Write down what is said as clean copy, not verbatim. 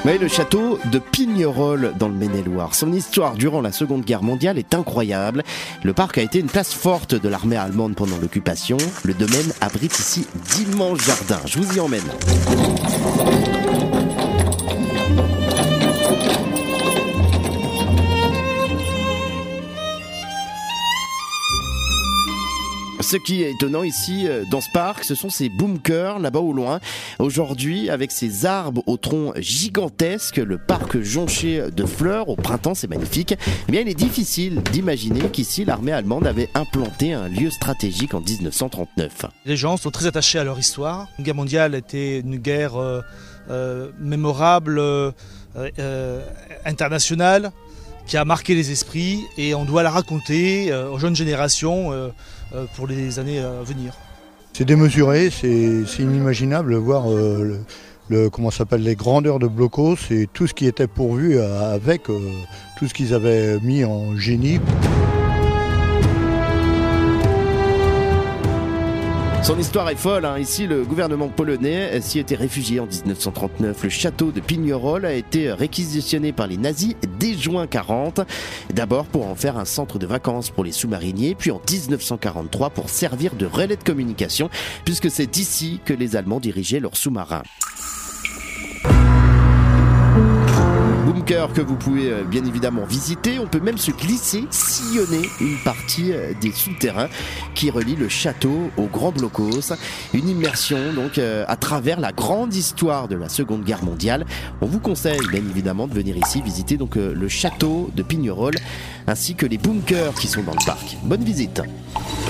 Oui, le château de Pignerol dans le Maine-et-Loire. Son histoire durant la Seconde Guerre mondiale est incroyable. Le parc a été une place forte de l'armée allemande pendant l'occupation. Le domaine abrite ici d'immenses jardins. Je vous y emmène. Ce qui est étonnant ici dans ce parc, ce sont ces bunkers là-bas au loin. Aujourd'hui, avec ces arbres au tronc gigantesque, le parc jonché de fleurs, au printemps c'est magnifique, eh bien il est difficile d'imaginer qu'ici l'armée allemande avait implanté un lieu stratégique en 1939. Les gens sont très attachés à leur histoire. La guerre mondiale était une guerre mémorable, internationale, qui a marqué les esprits et on doit la raconter aux jeunes générations pour les années à venir. C'est démesuré, c'est inimaginable de voir les grandeurs de Blockhaus et tout ce qui était pourvu avec tout ce qu'ils avaient mis en génie. Son histoire est folle, hein. Ici, le gouvernement polonais s'y était réfugié en 1939. Le château de Pignerol a été réquisitionné par les nazis dès juin 40. D'abord pour en faire un centre de vacances pour les sous-mariniers, puis en 1943 pour servir de relais de communication, puisque c'est d'ici que les Allemands dirigeaient leurs sous-marins. Bunker que vous pouvez bien évidemment visiter. On peut même se glisser, sillonner une partie des souterrains qui relient le château au Grand Blockhaus. Une immersion donc à travers la grande histoire de la Seconde Guerre mondiale. On vous conseille bien évidemment de venir ici visiter donc le château de Pignerol ainsi que les bunkers qui sont dans le parc. Bonne visite.